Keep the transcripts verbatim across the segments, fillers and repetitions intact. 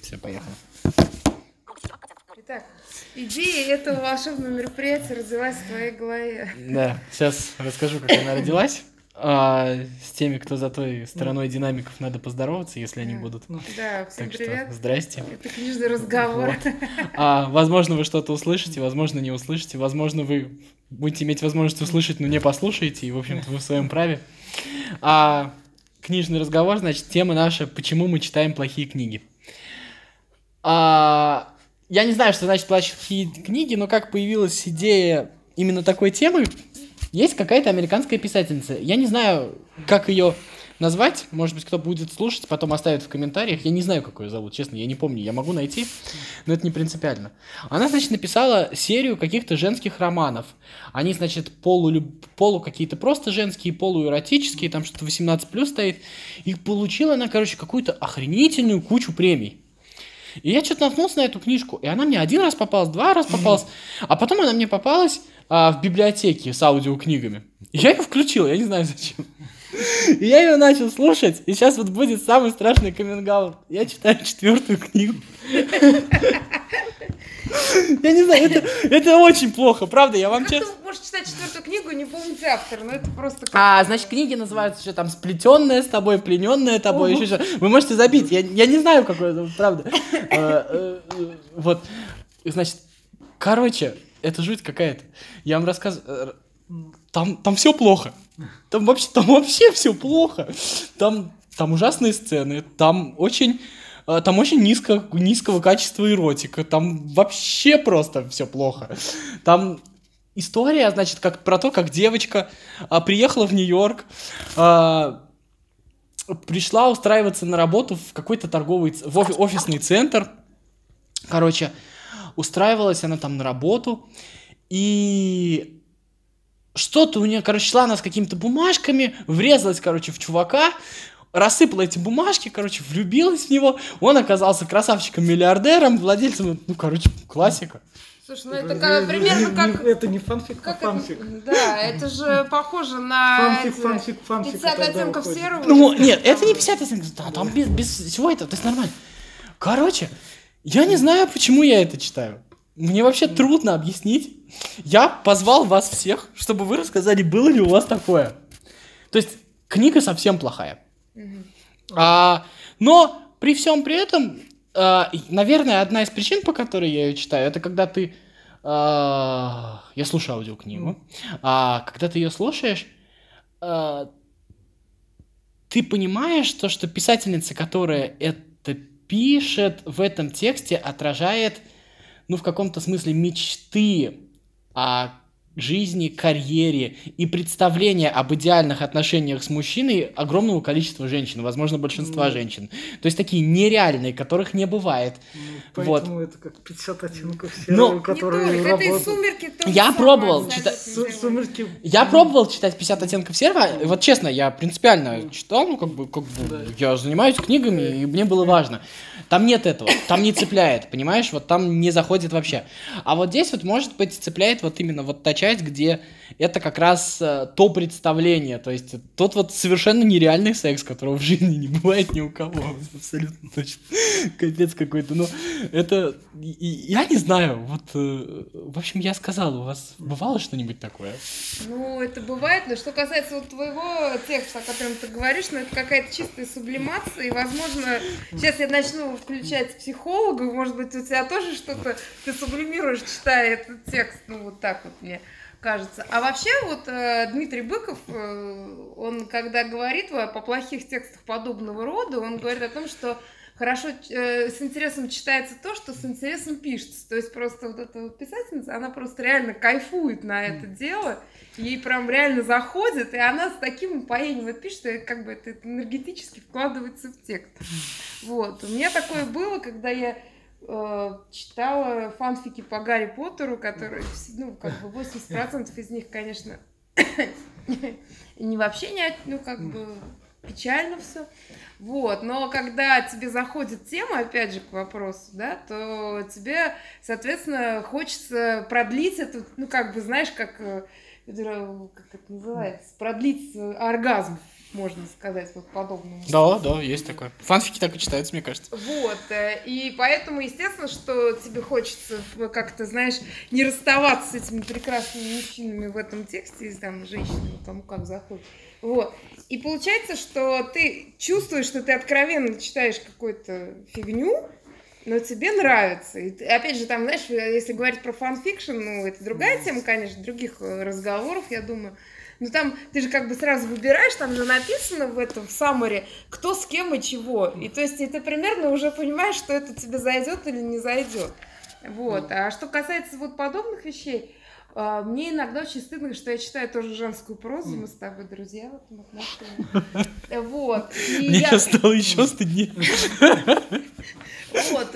Все, поехали. Итак, идея этого волшебного мероприятия родилась в твоей голове. Да, сейчас расскажу, как она родилась. А, с теми, кто за той стороной динамиков, надо поздороваться, если они будут. Да, всем Так привет. что здрасте. Это книжный разговор. Вот. А, возможно, вы что-то услышите, возможно, не услышите, возможно, вы будете иметь возможность услышать, но не послушаете, и, в общем-то, вы в своем праве. А книжный разговор, значит, тема наша «Почему мы читаем плохие книги?». А, я не знаю, что значит плохие книги, но как появилась идея именно такой темы, есть какая-то американская писательница. Я не знаю, как ее назвать. Может быть, кто будет слушать, потом оставит в комментариях. Я не знаю, как ее зовут, честно, я не помню. Я могу найти, но это не принципиально. Она, значит, написала серию каких-то женских романов. Они, значит, полу, полу какие-то просто женские, полуэротические, там что-то восемнадцать плюс стоит. И получила она, короче, какую-то охренительную кучу премий. И я что-то наткнулся на эту книжку, и она мне один раз попалась, два раза попалась, а потом она мне попалась а, в библиотеке с аудиокнигами. И я ее включил, я не знаю зачем. И я ее начал слушать, и сейчас вот будет самый страшный каминг-аут. Я читаю четвертую книгу. Я не знаю, это, это очень плохо, правда, я вам как честно... ты можешь читать четвертую книгу и не помнить автора? Ну это просто... Как... А, значит, книги называются еще там «Сплетенная с тобой», «Плененная тобой», еще что. Вы можете забить, я, я не знаю, какое это, правда. Вот, значит, короче, это жуть какая-то. Я вам рассказываю, там, там все плохо. Там вообще, там вообще все плохо. Там, там ужасные сцены, там очень... Там очень низко, низкого качества эротика. Там вообще просто все плохо. Там история, значит, как, про то, как девочка а, приехала в Нью-Йорк, а, пришла устраиваться на работу в какой-то торговый, в офи, офисный центр. Короче, устраивалась она там на работу. И что-то у нее, короче, шла она с какими-то бумажками, врезалась, короче, в чувака, рассыпала эти бумажки, короче, влюбилась в него. Он оказался красавчиком-миллиардером, владельцем, ну, короче, классика. Слушай, ну это как, примерно как... Это не фанфик, как а фанфик. Это, да, это же похоже на фанфик, фанфик, фанфик, пятьдесят оттенков серого. Ну, нет, это не пятьдесят оттенков, да, там без, без всего этого, то есть нормально. Короче, я не знаю, почему я это читаю. Мне вообще трудно объяснить. Я позвал вас всех, чтобы вы рассказали, было ли у вас такое. То есть книга совсем плохая. А, но при всем при этом, а, наверное, одна из причин, по которой я ее читаю, это когда ты... А, я слушаю аудиокнигу. А когда ты ее слушаешь, а, ты понимаешь то, что писательница, которая это пишет, в этом тексте отражает, ну, в каком-то смысле, мечты о жизни, карьере и представление об идеальных отношениях с мужчиной огромного количества женщин, возможно, большинства mm. женщин. То есть такие нереальные, которых не бывает. Mm, поэтому вот. Это как пятьдесят оттенков серого, Но... которые работают. Это и «Сумерки» тоже. Я пробовал читать... Сумерки... Я пробовал читать пятьдесят оттенков серого. Mm. Вот честно, я принципиально mm. читал, ну, как бы, как бы mm. я занимаюсь книгами, mm. и мне было важно. Там нет этого, там не цепляет, понимаешь? Вот там не заходит вообще. А вот здесь вот, может быть, цепляет вот именно вот та часть, где это как раз э, то представление, то есть тот вот совершенно нереальный секс, которого в жизни не бывает ни у кого, абсолютно точно, капец какой-то, ну, это, и, я не знаю, вот, э, в общем, я сказал, у вас бывало что-нибудь такое? Ну, это бывает, но что касается вот твоего текста, о котором ты говоришь, ну, это какая-то чистая сублимация, и, возможно, сейчас я начну включать психолога, может быть, у тебя тоже что-то, ты сублимируешь, читая этот текст, ну, вот так вот мне кажется. А вообще вот э, Дмитрий Быков, э, он когда говорит о плохих текстах подобного рода, он говорит о том, что хорошо э, с интересом читается то, что с интересом пишется. То есть просто вот эта вот писательница, она просто реально кайфует на это дело, ей прям реально заходит, и она с таким упоением это пишет, что как бы это энергетически вкладывается в текст. Вот. У меня такое было, когда я читала фанфики по Гарри Поттеру, которые, ну, как бы восемьдесят процентов из них, конечно, не вообще не, ну, как бы печально все. Вот, но когда тебе заходит тема, опять же, к вопросу, да, то тебе, соответственно, хочется продлить эту, ну, как бы, знаешь, как, как это называется, продлить оргазм. можно сказать, вот подобному. Да, да, есть такое. Фанфики так и читаются, мне кажется. Вот, и поэтому, естественно, что тебе хочется как-то, знаешь, не расставаться с этими прекрасными мужчинами в этом тексте, и там, женщинами, кому как заходит. Вот. И получается, что ты чувствуешь, что ты откровенно читаешь какую-то фигню, но тебе нравится. И опять же, там, знаешь, если говорить про фанфикшн, ну, это другая тема, конечно, других разговоров, я думаю. Ну, там ты же как бы сразу выбираешь, там же написано в этом, в саммари, кто с кем и чего. И то есть ты примерно уже понимаешь, что это тебе зайдет или не зайдет. Вот. А что касается вот подобных вещей, мне иногда очень стыдно, что я читаю тоже женскую прозу, мы с тобой друзья в этом отношении. Вот. Мне сейчас стало еще стыднее. Вот.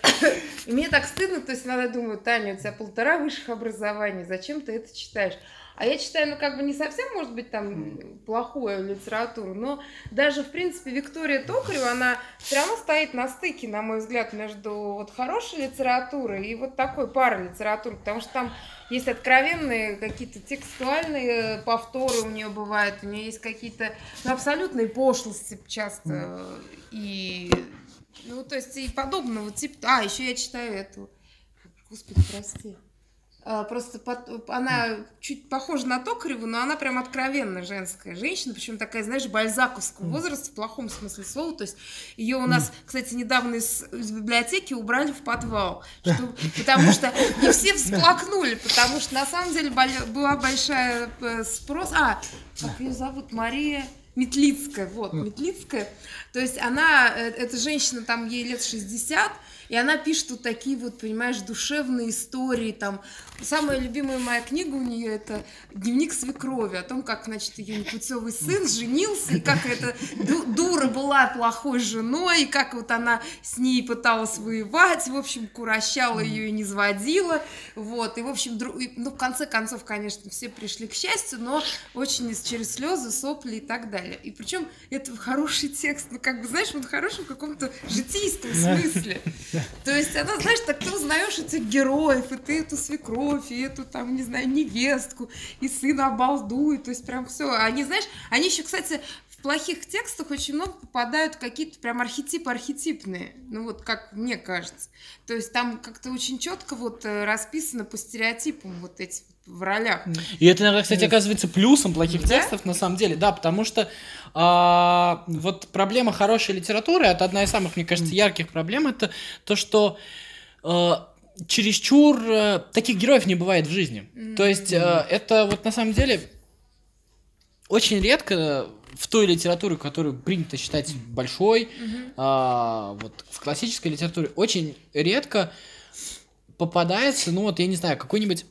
И мне так стыдно, то есть иногда думаю, Таня, у тебя полтора высших образования, зачем ты это читаешь? А я читаю, ну, как бы не совсем, может быть, там, плохую литературу, но даже, в принципе, Виктория Токарева, она все равно стоит на стыке, на мой взгляд, между вот хорошей литературой и вот такой паралитературой, потому что там есть откровенные какие-то текстуальные повторы у нее бывают, у нее есть какие-то, ну, абсолютные пошлости часто, и, ну, то есть, и подобного типа. А, еще я читаю эту, господи, прости. Просто под, она чуть похожа на Токареву, но она прям откровенно женская женщина, причем такая, знаешь, бальзаковского возраста в плохом смысле слова. То есть ее у нас, кстати, недавно из, из библиотеки убрали в подвал, что, потому что не все всплакнули, потому что на самом деле была большая спрос. А, как ее зовут? Мария Метлицкая, вот, Метлицкая. То есть она, эта женщина, там ей лет шестьдесят, и она пишет вот такие вот, понимаешь, душевные истории, там. Самая любимая моя книга у нее — это «Дневник свекрови», о том, как, значит, ее непутевый сын женился, и как эта дура была плохой женой, и как вот она с ней пыталась воевать, в общем, курощала ее и не сводила, вот, и, в общем, дру... ну, в конце концов, конечно, все пришли к счастью, но очень через слезы, сопли и так далее. И причем это хороший текст, ну, как бы, знаешь, он хороший в каком-то житейском смысле. То есть она, знаешь, так ты узнаешь этих героев, и ты эту свекровь, и эту, там, не знаю, невестку, и сына обалдует, то есть прям все. Они, знаешь, они еще, кстати, в плохих текстах очень много попадают какие-то прям архетипы архетипные, ну вот как мне кажется. То есть там как-то очень четко вот расписано по стереотипам вот эти в ролях. И это, иногда, кстати, оказывается плюсом плохих да? текстов, на самом деле, да, потому что а, вот проблема хорошей литературы, это одна из самых, мне кажется, ярких проблем, это то, что а, чересчур а, таких героев не бывает в жизни. Mm-hmm. То есть а, это вот на самом деле очень редко в той литературе, которую принято считать большой, mm-hmm. а, вот в классической литературе, очень редко попадается, ну вот, я не знаю, какой-нибудь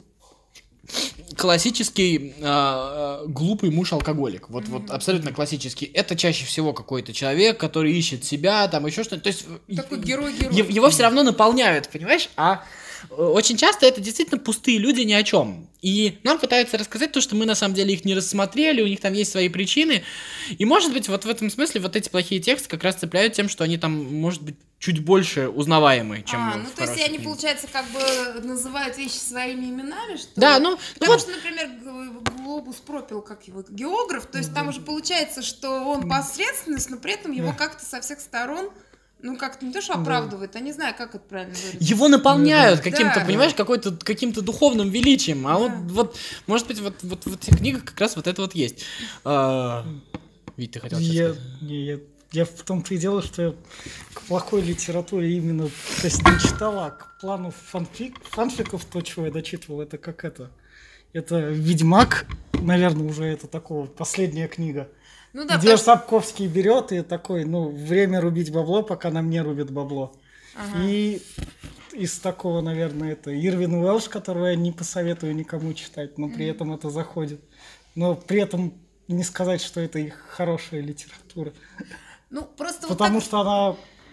классический э, глупый муж-алкоголик. Вот, mm-hmm. вот абсолютно классический. Это чаще всего какой-то человек, который ищет себя, там еще что-то. То есть такой герой-герой. Его, его все равно наполняют, понимаешь? А очень часто это действительно пустые люди ни о чем. И нам пытаются рассказать то, что мы на самом деле их не рассмотрели, у них там есть свои причины. И может быть вот в этом смысле вот эти плохие тексты как раз цепляют тем, что они там, может быть, чуть больше узнаваемые, чем А, ну то есть они, книге. Получается, как бы называют вещи своими именами, что да, ну... Потому вот... что, например, Глобус пропил, как его, географ, то есть mm-hmm. там уже получается, что он посредственность, но при этом его yeah. как-то со всех сторон... Ну, как-то не то, что оправдывает, а не знаю, как это правильно выразить. Его наполняют каким-то, да. понимаешь, какой-то, каким-то духовным величием. А да. вот, вот, может быть, вот, вот в этих книгах как раз вот это вот есть. А, Вить, ты хотел я, не, я, я в том-то и дело, что я к плохой литературе именно, то есть не читала, а к плану фанфик, фанфиков, то, чего я дочитывал, это как это. Это «Ведьмак», наверное, уже это такого, последняя книга. Ну, да, где потому... Сапковский берет и такой, ну, время рубить бабло, пока на мне рубит бабло. Ага. И из такого, наверное, это Ирвин Уэлш, которого я не посоветую никому читать, но при mm-hmm. этом это заходит. Но при этом не сказать, что это их хорошая литература. Ну, просто Потому вот так... что она,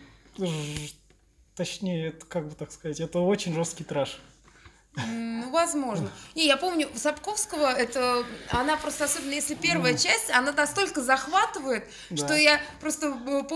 точнее, это, как бы так сказать, это очень жесткий трэш. Ну, возможно. Не, я помню, Сапковского, это, она просто, особенно если первая mm. часть, она настолько захватывает, да. что я просто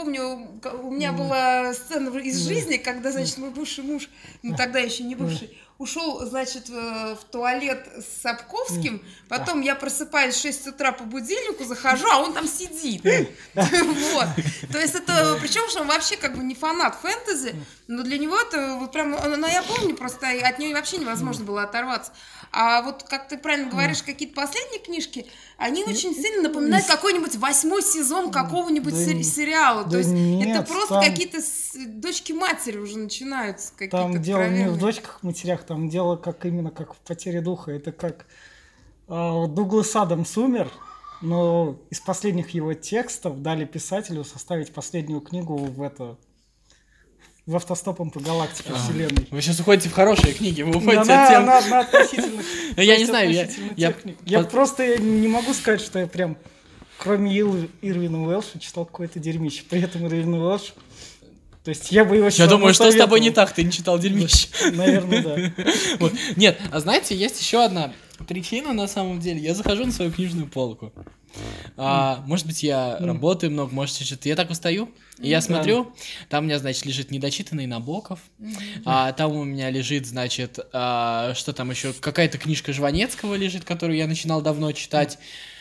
помню, у меня mm. была сцена из mm. жизни, когда, значит, мой бывший муж, ну, тогда еще не бывший, ушел, значит, в, в туалет с Сапковским, потом я просыпаюсь в шесть утра по будильнику, захожу, а он там сидит. Вот. То есть это, причем, что он вообще как бы не фанат фэнтези, но для него это вот прям, ну я помню, просто от нее вообще невозможно было оторваться. А вот, как ты правильно говоришь, какие-то последние книжки, они очень сильно напоминают какой-нибудь восьмой сезон какого-нибудь да, сери- сериала. да То есть нет, это просто там, какие-то с- дочки-матери уже начинаются. Какие-то там дело не откровенные. в дочках-матерях, там дело как именно как в «Потере духа». Это как э, Дуглас Адамс умер, но из последних его текстов дали писателю составить последнюю книгу в это... в «Автостопом по галактике» вселенной. Вы сейчас уходите в хорошие книги, вы уходите Она, от тем... она, она относительно... Я не знаю, я... Я, я просто не могу сказать, что я прям, кроме Ил, Ирвина Уэлша, читал какое-то дерьмище. При этом Ирвин Уэлш... То есть я бы его... Я думаю, что с тобой не так, ты не читал дерьмище. Наверное, да. Вот. Нет, а знаете, есть еще одна причина на самом деле. Я захожу на свою книжную полку. А, может быть, я Mm. работаю много, может, что-то. Я так устаю, и я смотрю, там у меня, значит, лежит недочитанный Набоков, а там у меня лежит, значит, а, что там еще, какая-то книжка Жванецкого лежит, которую я начинал давно читать,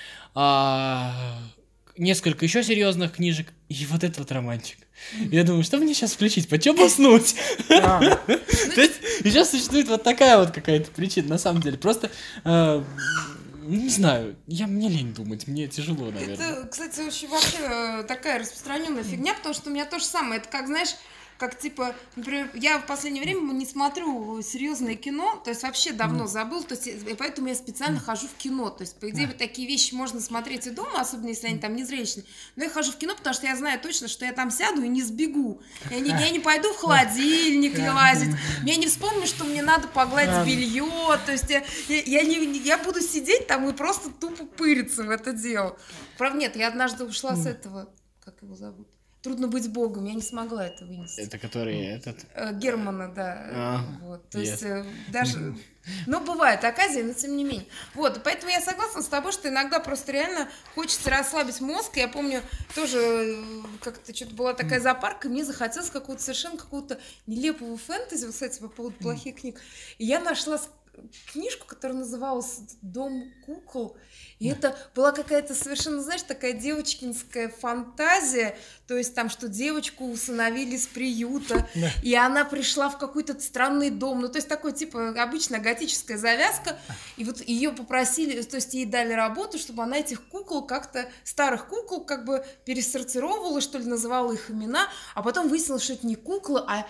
а, несколько еще серьезных книжек, и вот этот вот романчик. Я думаю, что мне сейчас включить, по чем уснуть? А, То есть сейчас существует вот такая вот какая-то причина, на самом деле. Просто, э, не знаю, я, мне лень думать, мне тяжело, наверное. Это, кстати, очень вообще э, такая распространенная фигня, потому что у меня то же самое. Это как, знаешь, как типа, например, я в последнее время не смотрю серьезное кино, то есть вообще давно забыл, то есть и поэтому я специально хожу в кино. То есть, по идее, вот такие вещи можно смотреть и дома, особенно если они там незрелищные. Но я хожу в кино, потому что я знаю точно, что я там сяду и не сбегу. Я не, я не пойду в холодильник лазить, я не вспомню, что мне надо погладить белье. То есть я, я, я, не, я буду сидеть там и просто тупо пыриться в это дело. Правда, нет, я однажды ушла с этого, как его зовут? «Трудно быть богом», я не смогла это вынести. Это который этот... Э, Германа, да. А, вот, то yes. есть э, даже... Ну, бывает оказия, но тем не менее. Вот, и поэтому я согласна с тобой, что иногда просто реально хочется расслабить мозг. Я помню, тоже э, как-то что-то была такая запарка, и мне захотелось какого-то совершенно какого-то нелепого фэнтези, вот, кстати, по поводу плохих книг. И я нашла книжку, которая называлась «Дом кукол». И это была какая-то совершенно, знаешь, такая девочкинская фантазия, то есть там, что девочку усыновили с приюта, да. И она пришла в какой-то странный дом, ну, то есть такой, типа, обычная готическая завязка, и вот ее попросили, то есть ей дали работу, чтобы она этих кукол как-то, старых кукол как бы пересортировала, что ли, называла их имена, а потом выяснилось, что это не куклы, а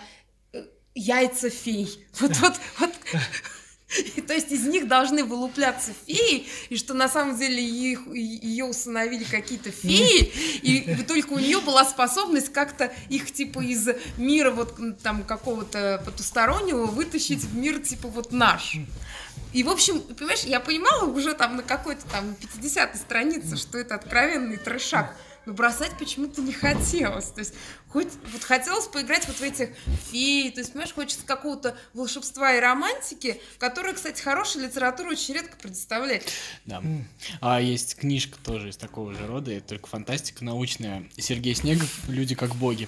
яйца фей. Вот, вот, вот... И, то есть из них должны вылупляться феи, и что на самом деле их, ее усыновили какие-то феи, и только у нее была способность как-то их типа из мира вот там какого-то потустороннего вытащить в мир типа вот наш. И, в общем, понимаешь, я понимала уже там на какой-то там пятидесятой странице, что это откровенный трешак, но бросать почему-то не хотелось. То есть хоть вот хотелось поиграть вот в этих фей, то есть, понимаешь, хочется какого-то волшебства и романтики, которые, кстати, хорошая литература очень редко предоставляет. Да. А есть книжка тоже из такого же рода, это только фантастика научная. Сергей Снегов «Люди как боги».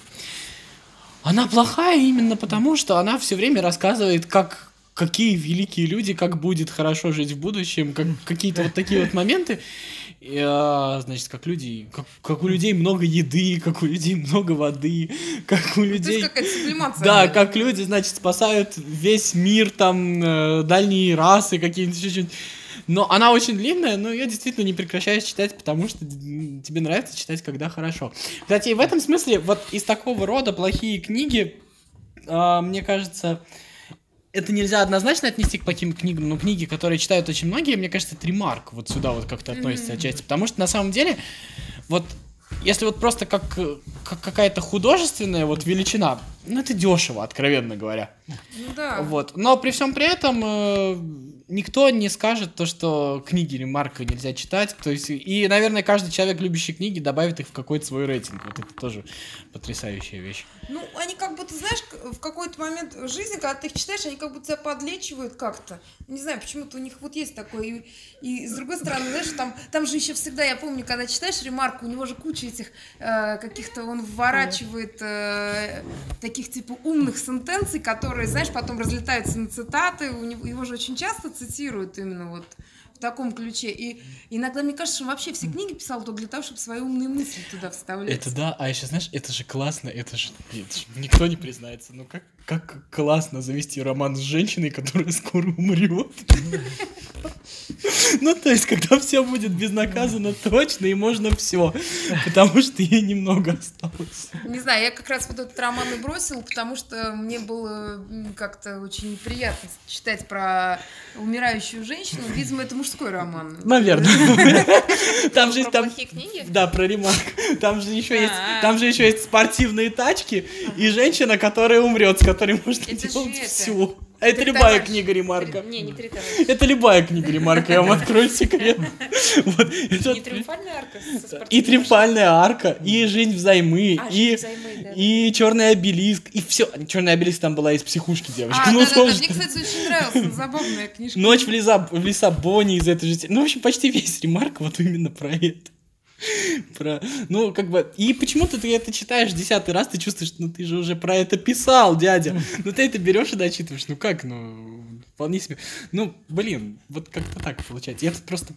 Она плохая именно потому, что она все время рассказывает, как какие великие люди, как будет хорошо жить в будущем, как какие-то вот такие вот моменты. И, а, значит, как люди, как, как у людей много еды, как у людей много воды, как у людей... То есть какая-то сублимация. Да, как люди, значит, спасают весь мир, там, э, дальние расы какие-нибудь, чуть-чуть. Но она очень длинная, но ее действительно не прекращаешь читать, потому что тебе нравится читать, когда хорошо. Кстати, и в этом смысле, вот из такого рода плохие книги, э, мне кажется... Это нельзя однозначно отнести к плохим книгам, но книги, которые читают очень многие, мне кажется, это ремарк вот сюда вот как-то относится mm-hmm. отчасти. Потому что на самом деле, вот если вот просто как, как какая-то художественная вот величина, ну это дешево, откровенно говоря. Ну да. Вот. Но при всем при этом э, никто не скажет то, что книги ремарка нельзя читать. То есть, и, наверное, каждый человек, любящий книги, добавит их в какой-то свой рейтинг. Вот это тоже потрясающая вещь. Ну, они как будто, знаешь, в какой-то момент жизни, когда ты их читаешь, они как будто тебя подлечивают как-то. Не знаю, почему-то у них вот есть такое. И, и с другой стороны, знаешь, там, там же еще всегда, я помню, когда читаешь ремарку, у него же куча этих э, каких-то, он вворачивает э, таких типа умных сентенций, которые, знаешь, потом разлетаются на цитаты. У него, его же очень часто цитируют именно вот в таком ключе. И иногда мне кажется, что он вообще все книги писал только для того, чтобы свои умные мысли туда вставлять. Это да, а еще, знаешь, это же классно, это же, это же никто не признается, ну как, как классно завести роман с женщиной, которая скоро умрет. Ну, то есть, когда все будет безнаказанно точно, и можно все, потому что ей немного осталось. Не знаю, я как раз вот этот роман и бросила, потому что мне было как-то очень неприятно читать про умирающую женщину. Видимо, это мужской роман. Наверное. Там же Про там... плохие книги? Да, про ремарк. Там же еще есть, А-а. там же еще есть спортивные тачки и женщина, которая умрет, с которой можно Это же делать это. все. А это Три любая товарища. книга ремарка. Не, не три товарища. Это любая книга ремарка, я вам открою секрет. Вот, это- Не триумфальная арка со спортивной И триумфальная арка, и жизнь взаймы, А, и, «Жизнь взаймы», да. и черный обелиск, и все. Черный обелиск там была из психушки, девочка. А, Ну, да-да-да, слушай, мне, кстати, очень нравилась, забавная книжка. Ночь в, Лиза... в Лиссабоне из этой же... се- Ну, в общем, почти весь ремарк вот именно про это. Про... Ну, как бы... И почему-то ты это читаешь десятый раз, ты чувствуешь, ну, ты же уже про это писал, дядя. Ну, ты это берешь и дочитываешь. Ну, как, ну, вполне себе... Ну, блин, вот как-то так получается. Я тут просто...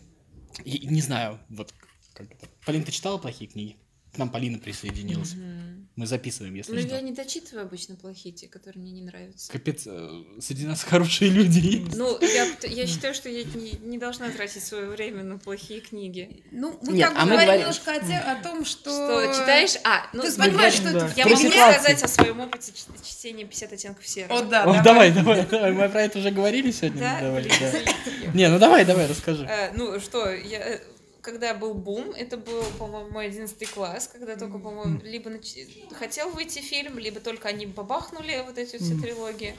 И- не знаю, вот как это... Полин, ты читала плохие книги? К нам Полина присоединилась. Мгм. Мы записываем, если Ну, что. я не дочитываю обычно плохие, те, которые мне не нравятся. Капец, э, среди нас хорошие люди есть. Ну, я, я считаю, что я не, не должна тратить свое время на плохие книги. Ну, мы Нет, как а бы мы говорим говорим- немножко о, те- о том, что... Что читаешь... А, ну, Ты смотри, понимаешь, говорим, что да. это... я Про могу ситуацию. рассказать о своем опыте ч- чтения пятьдесят оттенков серого. О, да, О, давай, давай, давай, мы про это уже говорили сегодня. Да? Давай, Блин, да. извините. Не, ну давай, давай, расскажи. Э, Ну, что, я... э, когда был бум, это был, по-моему, мой одиннадцатый класс, когда только, по-моему, либо нач- хотел выйти фильм, либо только они бабахнули вот эти все трилогии.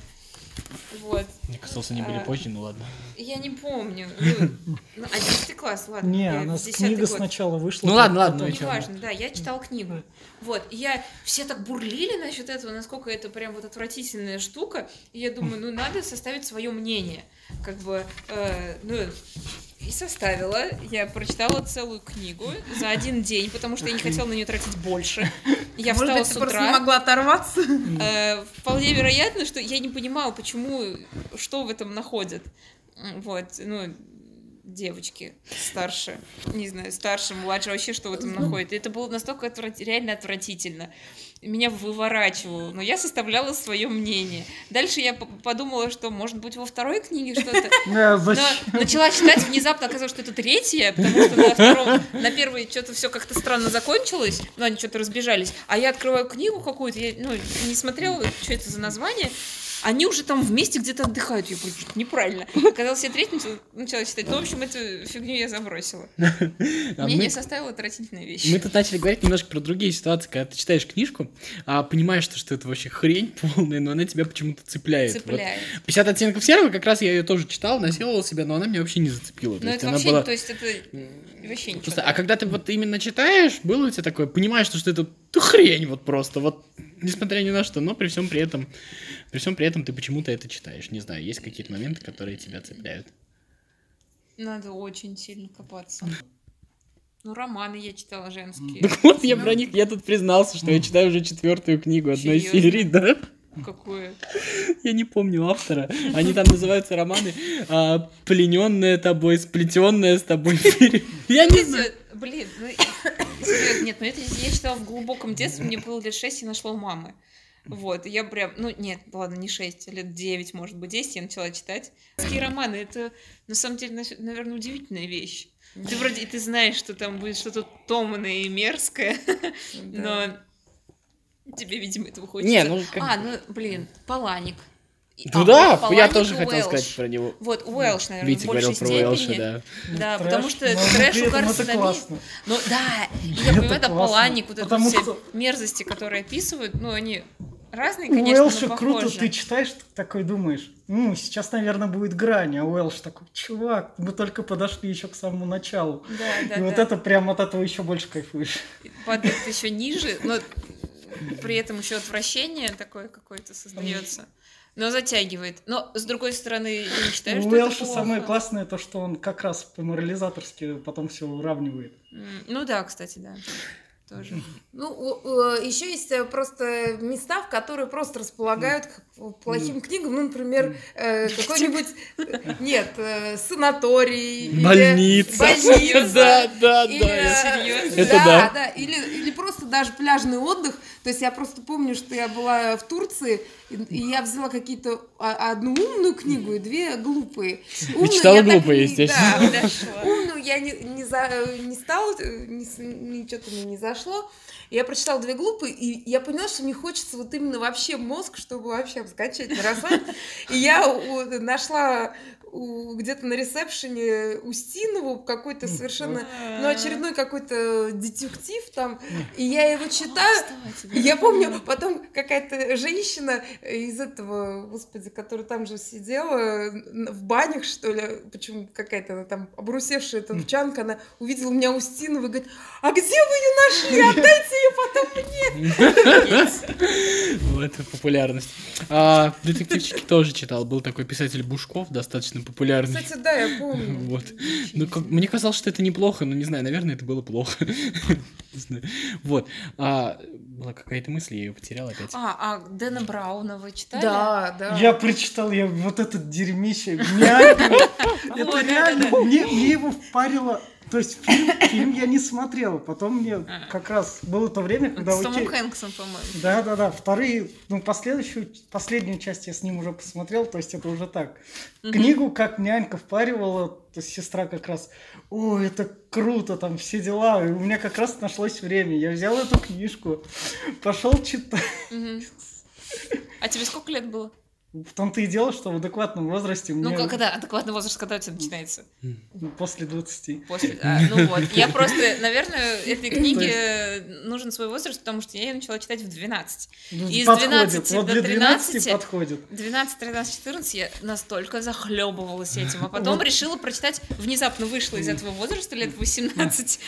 Вот. Мне казалось, они были А, позже, ну ладно. Я не помню. Ну, ну, одиннадцатый класс, ладно. Не, я у нас десятый книга год. сначала вышла. Ну потом- ладно, ладно, потом- ну и чё? Неважно, да, я читала книгу. Вот, и я... Все так бурлили насчет этого, насколько это прям вот отвратительная штука. И я думаю, ну, надо составить свое мнение. Как бы, э, ну... И составила. Я прочитала целую книгу за один день, потому что я не хотела на нее тратить больше. Я Может встала быть, с ты просто не утра. могла оторваться? Э, Вполне вероятно, что я не понимала, почему, что в этом находят. М, Вот, ну, девочки старше, не знаю, старше, младше, вообще что в этом находят. И это было настолько отврат- реально отвратительно. Меня выворачивало, но я составляла свое мнение. Дальше я п- подумала, что, может быть, во второй книге что-то... Да, Но зачем? начала читать, внезапно оказалось, что это третья, потому что на втором, на первой что-то все как-то странно закончилось, ну, они что-то разбежались, а я открываю книгу какую-то, я, ну, не смотрела, что это за название, они уже там вместе где-то отдыхают. Я говорю, что-то неправильно. Оказалось, я третью начала, начала читать. Ну, в общем, эту фигню я забросила. А Мнение мы, составила отвратительная вещь. мы тут начали говорить немножко про другие ситуации, когда ты читаешь книжку, а понимаешь, что, что это вообще хрень полная, но она тебя почему-то цепляет. Вот Цепляет. пятьдесят оттенков серого, как раз я ее тоже читал, насиловал себя, но она меня вообще не зацепила. То Ну, есть это она вообще, была... то есть это вообще ничего. Просто, а когда ты вот именно читаешь, было у тебя такое, понимаешь, что, что это ну, хрень вот просто, вот, несмотря ни на что, но при всем при этом, при всем при этом ты почему-то это читаешь, не знаю, есть какие-то моменты, которые тебя цепляют. Надо очень сильно копаться. Ну, романы я читала женские. Так вот, я про них, я тут признался, что я читаю уже четвертую книгу одной Серьезно? серии, да? Какое? Я не помню автора. Они там называются романы а, «Плененная тобой», «Сплетенная с тобой». Я не знаю. Блин, ну, серьезно, нет, ну это я читала в глубоком детстве, мне было лет шесть, я нашла у мамы. Вот, и я прям, ну нет, ладно, не шесть, а лет девять, может быть, десять я начала читать. Такие романы, это на самом деле, наверное, удивительная вещь. Ты вроде, ты знаешь, что там будет что-то томное и мерзкое, но тебе, видимо, этого хочется. Не, ну, как А, бы- ну, блин, Паланик. Ну А, да, вот я Паланик тоже и хотел Уэлш. сказать про него. Вот, Уэлш, наверное, Витя в большей говорил про Уэлша, степени. да. Да, Трэш, потому что но трэш при этом угар это классно. Ну да, и я Это понимаю, это классно, Паланик, вот это потому все что- мерзости, которые описывают, ну, они разные, У конечно, Уэлша но круто, похожи. ты читаешь, такой думаешь, ну, сейчас, наверное, будет грань, а Уэлш такой, чувак, мы только подошли еще к самому началу. Да, да, И вот да. это прям от этого еще больше кайфуешь. Падает еще ниже, но при этом еще отвращение такое какое-то создается. Но затягивает. Но, с другой стороны, я не считаю, что У это Уэлша плохо. самое классное то, что он как раз по-морализаторски потом все уравнивает. М, Ну да, кстати, да. Тоже. Ну, еще есть э, просто места, в которые просто располагают к плохим книгам. Ну, например, э, какой-нибудь... э, Нет, э, санаторий. или Больница. больница. Да, да, Или, да. я- э, Серьезно? Это да, да. да. Или, или просто даже пляжный отдых. То есть я просто помню, что я была в Турции, и, и я взяла какие-то а- одну умную книгу и две глупые. Умную читала я так глупые, не- естественно. да. Не дошло. Умную я не, не, за, не стала, не, с- ни- что-то мне не зашло. Я прочитала две глупые, и я поняла, что мне хочется вот именно вообще мозг, чтобы вообще скачать, расслабить. И я у- нашла у- где-то на ресепшене Устинову какой-то совершенно, ну, очередной какой-то детектив там, и я его читаю. Кстати, И да. я помню, потом какая-то женщина из этого, господи, которая там же сидела н- в банях, что ли, почему какая-то она там обрусевшая тавчанка, она увидела меня Устинова и говорит: а где вы ее нашли? Отдайте ее потом мне. Вот популярность. А, детективчики тоже читал. Был такой писатель Бушков, достаточно популярный. Кстати, да, я помню. Вот. Ну, как- мне казалось, что это неплохо, но не знаю, наверное, это было плохо. Не знаю. Вот. А, была какая-то мысль, я ее потерял опять. А, а Дэна Брауна вы читали? Да, да. Я прочитал, я вот этот дерьмище, няньку. Вот, Это да, реально, да, да. мне мне его впарило. То есть фильм, фильм я не смотрел, потом мне А. как раз было то время, когда С Томом окей. Хэнксом, по-моему. Да, да, да. Вторые, ну, последующую, последнюю часть я с ним уже посмотрел, то есть это уже так. Мгм. Книгу как нянька впаривала, то есть сестра как раз, о, это круто, там все дела. И у меня как раз нашлось время. Я взял эту книжку, пошел читать. Мгм. А тебе сколько лет было? В том-то и дело, что в адекватном возрасте Ну, мне как- когда адекватный возраст, когда у тебя начинается? ну, после двадцати. После. а, ну вот. Я просто, наверное, этой книге нужен свой возраст, потому что я ее начала читать в двенадцать. Ну, Из подходит. двенадцати Вот до для двенадцати тринадцати подходит. двенадцать, тринадцать, четырнадцать я настолько захлебывалась этим, а потом Вот. решила прочитать, внезапно вышла из этого возраста лет восемнадцать,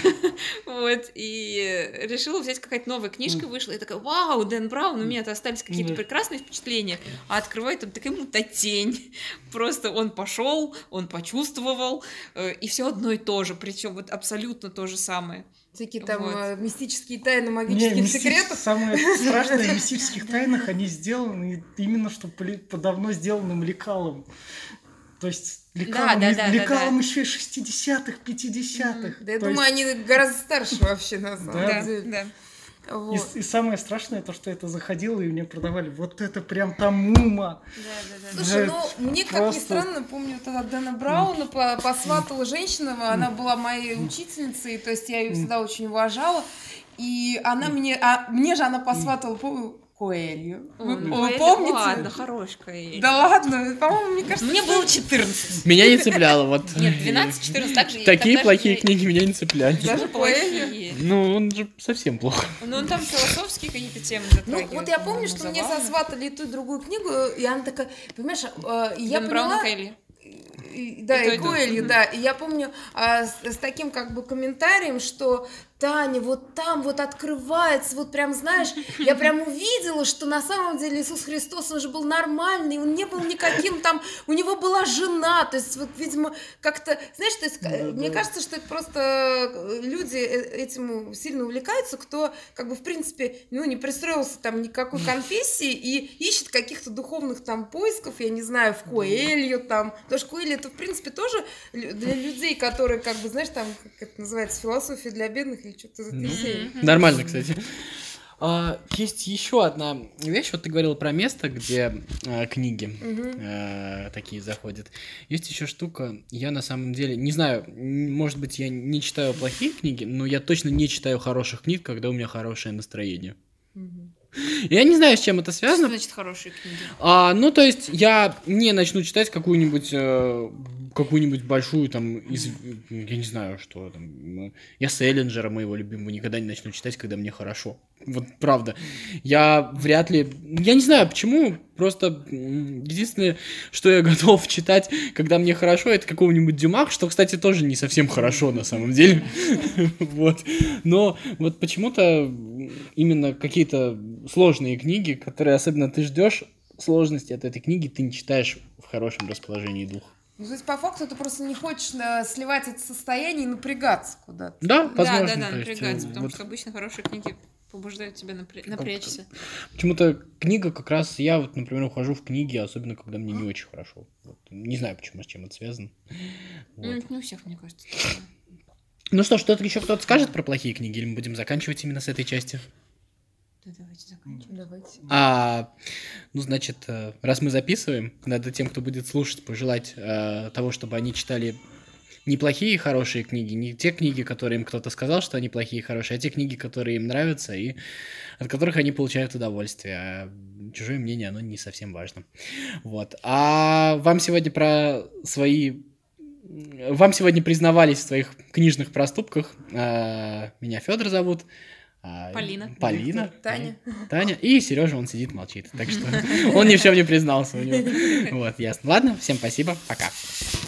вот, и решила взять какая-то новая книжка, вышла, и такая: вау, Дэн Браун, у меня-то остались какие-то Да. прекрасные впечатления, а открывает там такая мутатень, просто он пошел, он почувствовал, э, и все одно и то же, причем вот абсолютно то же самое. Всякие там Вот. э, мистические тайны Не, магических мистич- секретов. Самое страшное в мистических тайнах, они сделаны именно что по, по давно сделанным лекалам. То есть лекалам, да, из- да, да, лекалам да. еще и шестидесятых, пятидесятых. Да я То думаю, они гораздо старше вообще, на самом Да. Да, деле. да. Вот. И, и самое страшное то, что это заходило, и мне продавали вот это прям там ума. Да, да, да. Слушай, Да, ну мне, как просто- ни странно, помню тогда Дэна Брауна по- посватала женщина, она была моей учительницей, то есть я ее всегда очень уважала, и она мне, а мне же она посватала, помню, Коэлью. Вы, Ой, ну, вы Коэльо, помните? Ладно, хорош Коэльо. Да ладно, по-моему, мне кажется, Мне что- было четырнадцать. Меня не цепляло, вот. Нет, двенадцать-четырнадцать, так же. и Такие тогда же плохие я- книги меня не цепляли. Даже Коэльо. плохие. Ну, он же совсем плохо. Ну, он там философские какие-то темы Ну, затрагивает. вот я помню, по-моему, что мне забавно. сосватали и ту, и другую книгу, и она такая, понимаешь, э, и я Дэн Браун и поняла... Коэльо. И- Да, И то, и, и то. Коэльо, Мгм. да. И я помню а, с, с таким как бы комментарием, что Таня, вот там вот открывается, вот прям, знаешь, я прям увидела, что на самом деле Иисус Христос, он же был нормальный, он не был никаким там, у него была жена, то есть вот, видимо, как-то, знаешь, то есть, Да, э, мне да. кажется, что это просто э, люди э, этим сильно увлекаются, кто, как бы, в принципе, ну, не пристроился там никакой конфессии и ищет каких-то духовных там поисков, я не знаю, в Коэльо там, потому что Коэльо это, в принципе, тоже лю- для людей, которые, как бы, знаешь, там, как это называется, философия для бедных или что-то из этой Ну. серии. Нормально, кстати. А, есть еще одна вещь. Вот ты говорил про место, где а, книги Мгм. а, такие заходят. Есть еще штука. Я на самом деле не знаю, м, может быть, я не читаю плохие книги, но я точно не читаю хороших книг, когда у меня хорошее настроение. Мгм. Я не знаю, с чем это Что связано. значит хорошие книги? А, ну, то есть, я не начну читать какую-нибудь э, какую-нибудь большую, там, из, я не знаю, что там, э, я Селлинджера, моего любимого, никогда не начну читать, когда мне хорошо. Вот правда. Я вряд ли... Я не знаю, почему, просто м, единственное, что я готов читать, когда мне хорошо, это какого-нибудь Дюма, что, кстати, тоже не совсем хорошо на самом деле. Вот. Но вот почему-то именно какие-то сложные книги, которые особенно ты ждешь сложности от этой книги, ты не читаешь в хорошем расположении духа. Ну, то есть, по факту, ты просто не хочешь э, сливать это состояние и напрягаться куда-то. Да, Да, возможно. да, да, то есть, напрягаться, э, потому вот что обычно хорошие книги побуждают тебя напря- напрячься. почему-то книга как раз, я вот, например, ухожу в книги, особенно когда мне не очень хорошо. Вот. Не знаю, почему, с чем это связано. Вот. Ну, это не у всех, мне кажется. такое. Ну что, что-то еще кто-то скажет про плохие книги, или мы будем заканчивать именно с этой части? Да, давайте заканчиваем. Давайте. А, ну, значит, э, раз мы записываем, надо тем, кто будет слушать, пожелать э, того, чтобы они читали не плохие и хорошие книги, не те книги, которые им кто-то сказал, что они плохие и хорошие, а те книги, которые им нравятся и от которых они получают удовольствие. А чужое мнение, оно не совсем важно. Вот. А вам сегодня про свои... Вам сегодня признавались в своих книжных проступках. А, меня Федор зовут. А, Полина. Полина. Таня. Таня. И Сережа, он сидит, молчит. Так что он ни в чем не признался у него. Вот, ясно. Ладно, всем спасибо. Пока.